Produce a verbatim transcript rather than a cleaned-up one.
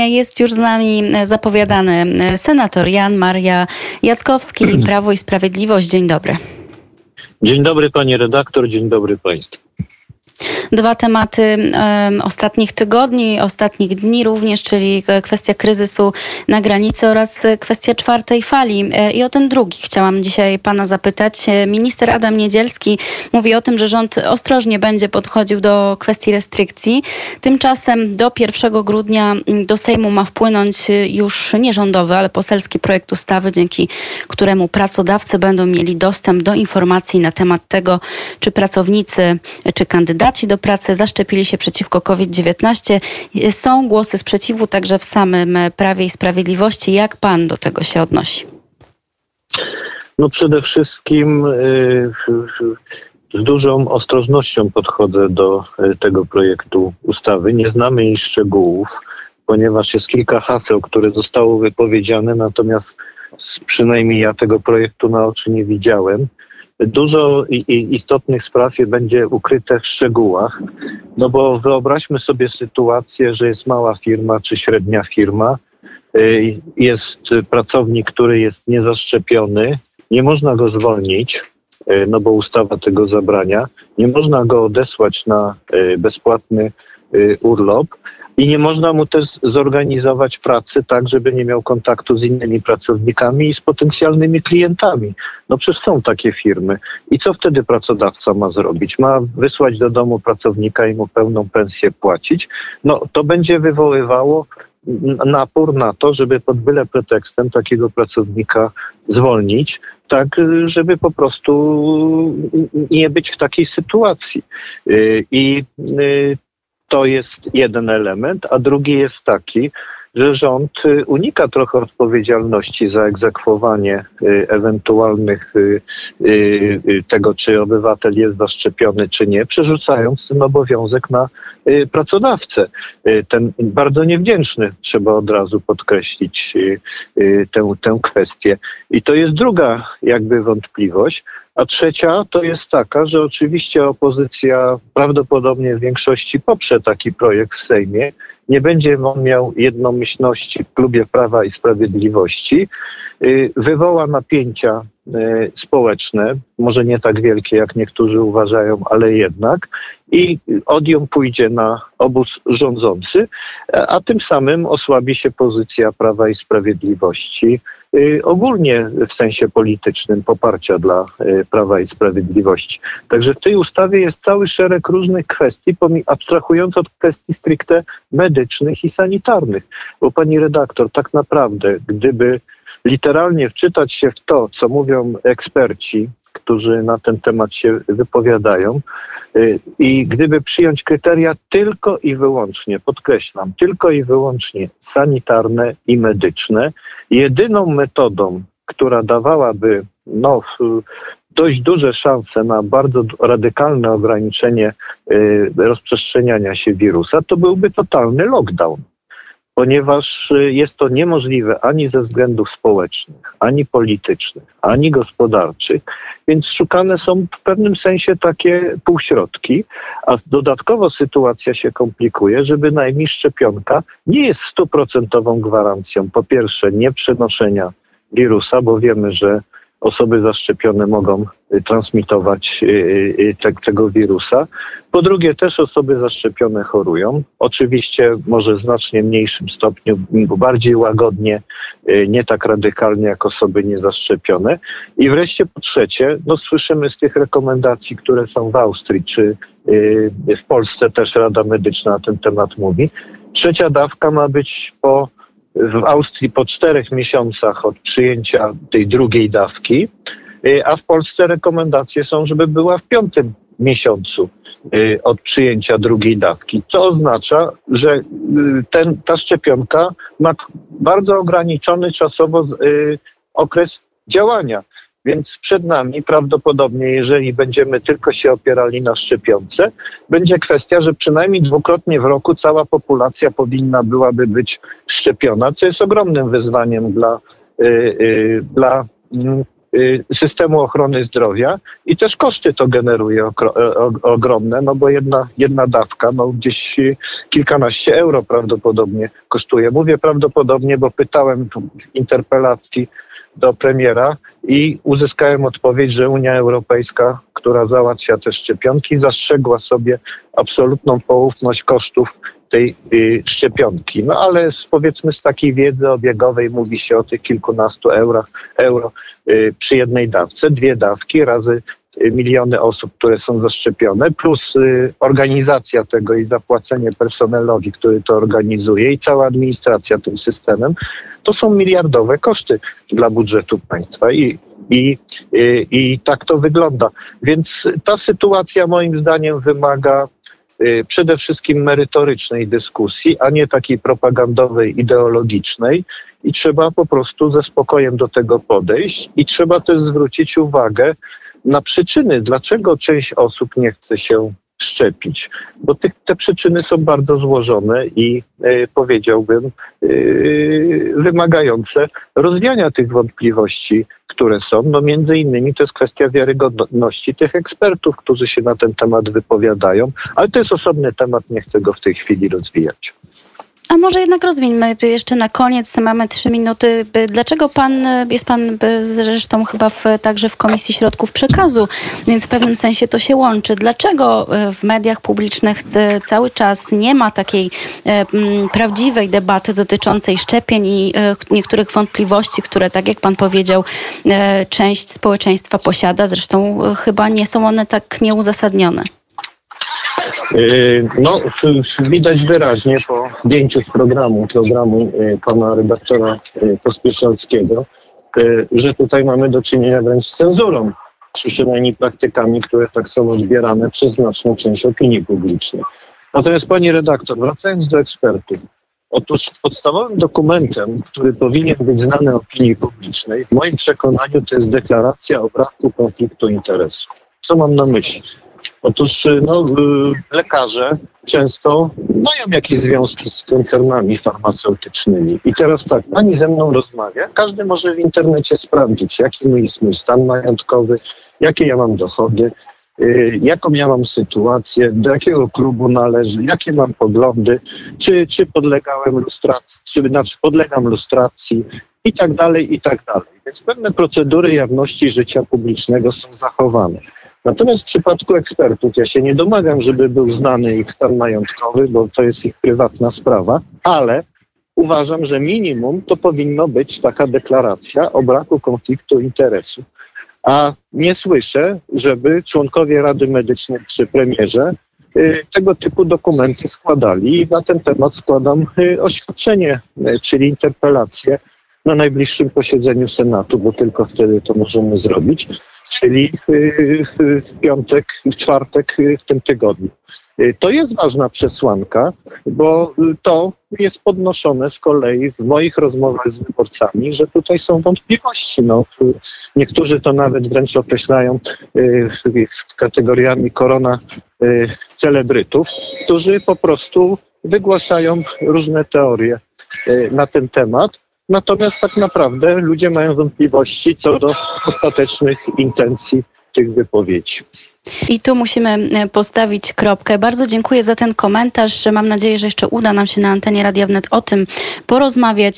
Jest już z nami zapowiadany senator Jan Maria Jackowski, Prawo i Sprawiedliwość. Dzień dobry. Dzień dobry pani redaktor, dzień dobry państwu. Dwa tematy um, ostatnich tygodni, ostatnich dni również, czyli kwestia kryzysu na granicy oraz kwestia czwartej fali. I o ten drugi chciałam dzisiaj pana zapytać. Minister Adam Niedzielski mówi o tym, że rząd ostrożnie będzie podchodził do kwestii restrykcji. Tymczasem do pierwszego grudnia do Sejmu ma wpłynąć już nie rządowy, ale poselski projekt ustawy, dzięki któremu pracodawcy będą mieli dostęp do informacji na temat tego, czy pracownicy, czy kandydaci do pracy zaszczepili się przeciwko kowid dziewiętnaście. Są głosy sprzeciwu także w samym Prawie i Sprawiedliwości. Jak pan do tego się odnosi? No przede wszystkim y, z dużą ostrożnością podchodzę do tego projektu ustawy. Nie znamy jej szczegółów, ponieważ jest kilka haseł, które zostało wypowiedziane, natomiast przynajmniej ja tego projektu na oczy nie widziałem. Dużo istotnych spraw będzie ukryte w szczegółach, no bo wyobraźmy sobie sytuację, że jest mała firma czy średnia firma, jest pracownik, który jest niezaszczepiony, nie można go zwolnić, no bo ustawa tego zabrania, nie można go odesłać na bezpłatny urlop i nie można mu też zorganizować pracy tak, żeby nie miał kontaktu z innymi pracownikami i z potencjalnymi klientami. No przecież są takie firmy. I co wtedy pracodawca ma zrobić? Ma wysłać do domu pracownika i mu pełną pensję płacić? No to będzie wywoływało napór na to, żeby pod byle pretekstem takiego pracownika zwolnić, tak żeby po prostu nie być w takiej sytuacji. I to jest jeden element, a drugi jest taki, że rząd unika trochę odpowiedzialności za egzekwowanie ewentualnych tego, czy obywatel jest zaszczepiony, czy nie, przerzucając ten obowiązek na pracodawcę. Ten bardzo niewdzięczny, trzeba od razu podkreślić tę, tę kwestię. I to jest druga jakby wątpliwość. A trzecia to jest taka, że oczywiście opozycja prawdopodobnie w większości poprze taki projekt w Sejmie. Nie będzie on miał jednomyślności w klubie Prawa i Sprawiedliwości. Wywoła napięcia społeczne, może nie tak wielkie, jak niektórzy uważają, ale jednak. I odium pójdzie na obóz rządzący, a tym samym osłabi się pozycja Prawa i Sprawiedliwości ogólnie w sensie politycznym poparcia dla Prawa i Sprawiedliwości. Także w tej ustawie jest cały szereg różnych kwestii, abstrahując od kwestii stricte medycznych i sanitarnych. Bo pani redaktor, tak naprawdę, gdyby literalnie wczytać się w to, co mówią eksperci, którzy na ten temat się wypowiadają, i gdyby przyjąć kryteria tylko i wyłącznie, podkreślam, tylko i wyłącznie sanitarne i medyczne, jedyną metodą, która dawałaby no, dość duże szanse na bardzo radykalne ograniczenie rozprzestrzeniania się wirusa, to byłby totalny lockdown. Ponieważ jest to niemożliwe ani ze względów społecznych, ani politycznych, ani gospodarczych, więc szukane są w pewnym sensie takie półśrodki, a dodatkowo sytuacja się komplikuje, że bynajmniej szczepionka nie jest stuprocentową gwarancją, po pierwsze, nieprzenoszenia wirusa, bo wiemy, że osoby zaszczepione mogą transmitować te, tego wirusa. Po drugie, też osoby zaszczepione chorują. Oczywiście może w znacznie mniejszym stopniu, bardziej łagodnie, nie tak radykalnie jak osoby niezaszczepione. I wreszcie po trzecie, no słyszymy z tych rekomendacji, które są w Austrii, czy w Polsce też Rada Medyczna na ten temat mówi. Trzecia dawka ma być po w Austrii po czterech miesiącach od przyjęcia tej drugiej dawki, a w Polsce rekomendacje są, żeby była w piątym miesiącu od przyjęcia drugiej dawki. Co oznacza, że ten, ta szczepionka ma bardzo ograniczony czasowo okres działania. Więc przed nami prawdopodobnie, jeżeli będziemy tylko się opierali na szczepionce, będzie kwestia, że przynajmniej dwukrotnie w roku cała populacja powinna byłaby być szczepiona, co jest ogromnym wyzwaniem dla, yy, yy, dla yy, systemu ochrony zdrowia i też koszty to generuje ogromne, no bo jedna, jedna dawka, no gdzieś kilkanaście euro prawdopodobnie kosztuje. Mówię prawdopodobnie, bo pytałem w interpelacji do premiera i uzyskałem odpowiedź, że Unia Europejska, która załatwia te szczepionki, zastrzegła sobie absolutną poufność kosztów tej y, szczepionki. No ale z, powiedzmy z takiej wiedzy obiegowej mówi się o tych kilkunastu eurach, euro y, przy jednej dawce, dwie dawki razy y, miliony osób, które są zaszczepione, plus y, organizacja tego i zapłacenie personelowi, który to organizuje i cała administracja tym systemem, to są miliardowe koszty dla budżetu państwa i, i, i, i tak to wygląda. Więc ta sytuacja moim zdaniem wymaga przede wszystkim merytorycznej dyskusji, a nie takiej propagandowej, ideologicznej i trzeba po prostu ze spokojem do tego podejść i trzeba też zwrócić uwagę na przyczyny, dlaczego część osób nie chce się szczepić, bo te, te przyczyny są bardzo złożone i e, powiedziałbym e, wymagające rozwiania tych wątpliwości, które są. No między innymi to jest kwestia wiarygodności tych ekspertów, którzy się na ten temat wypowiadają, ale to jest osobny temat, nie chcę go w tej chwili rozwijać. A może jednak rozwieńmy jeszcze na koniec, mamy trzy minuty. Dlaczego pan, jest pan zresztą chyba w, także w Komisji Środków Przekazu, więc w pewnym sensie to się łączy. Dlaczego w mediach publicznych cały czas nie ma takiej e, prawdziwej debaty dotyczącej szczepień i e, niektórych wątpliwości, które, tak jak pan powiedział, e, część społeczeństwa posiada. Zresztą e, chyba nie są one tak nieuzasadnione. No, widać wyraźnie po zdjęciu z programu, programu pana redaktora Pospieszalskiego, że tutaj mamy do czynienia wręcz z cenzurą, czy przynajmniej praktykami, które tak są odbierane przez znaczną część opinii publicznej. Natomiast pani redaktor, wracając do ekspertów, otóż podstawowym dokumentem, który powinien być znany opinii publicznej, w moim przekonaniu to jest deklaracja o braku konfliktu interesów. Co mam na myśli? Otóż no, lekarze często mają jakieś związki z koncernami farmaceutycznymi. I teraz tak, pani ze mną rozmawia, każdy może w internecie sprawdzić, jaki jest mój stan majątkowy, jakie ja mam dochody, yy, jaką ja mam sytuację, do jakiego klubu należę, jakie mam poglądy, czy, czy podlegałem lustracji, czy znaczy podlegam lustracji i tak dalej, i tak dalej. Więc pewne procedury jawności życia publicznego są zachowane. Natomiast w przypadku ekspertów ja się nie domagam, żeby był znany ich stan majątkowy, bo to jest ich prywatna sprawa, ale uważam, że minimum to powinno być taka deklaracja o braku konfliktu interesów. A nie słyszę, żeby członkowie Rady Medycznej przy premierze y, tego typu dokumenty składali i na ten temat składam y, oświadczenie, y, czyli interpelację na najbliższym posiedzeniu Senatu, bo tylko wtedy to możemy zrobić, czyli w piątek, w czwartek w tym tygodniu. To jest ważna przesłanka, bo to jest podnoszone z kolei w moich rozmowach z wyborcami, że tutaj są wątpliwości. No, niektórzy to nawet wręcz określają kategoriami korona celebrytów, którzy po prostu wygłaszają różne teorie na ten temat. Natomiast tak naprawdę ludzie mają wątpliwości co do ostatecznych intencji tych wypowiedzi. I tu musimy postawić kropkę. Bardzo dziękuję za ten komentarz. Mam nadzieję, że jeszcze uda nam się na antenie Radia Wnet o tym porozmawiać.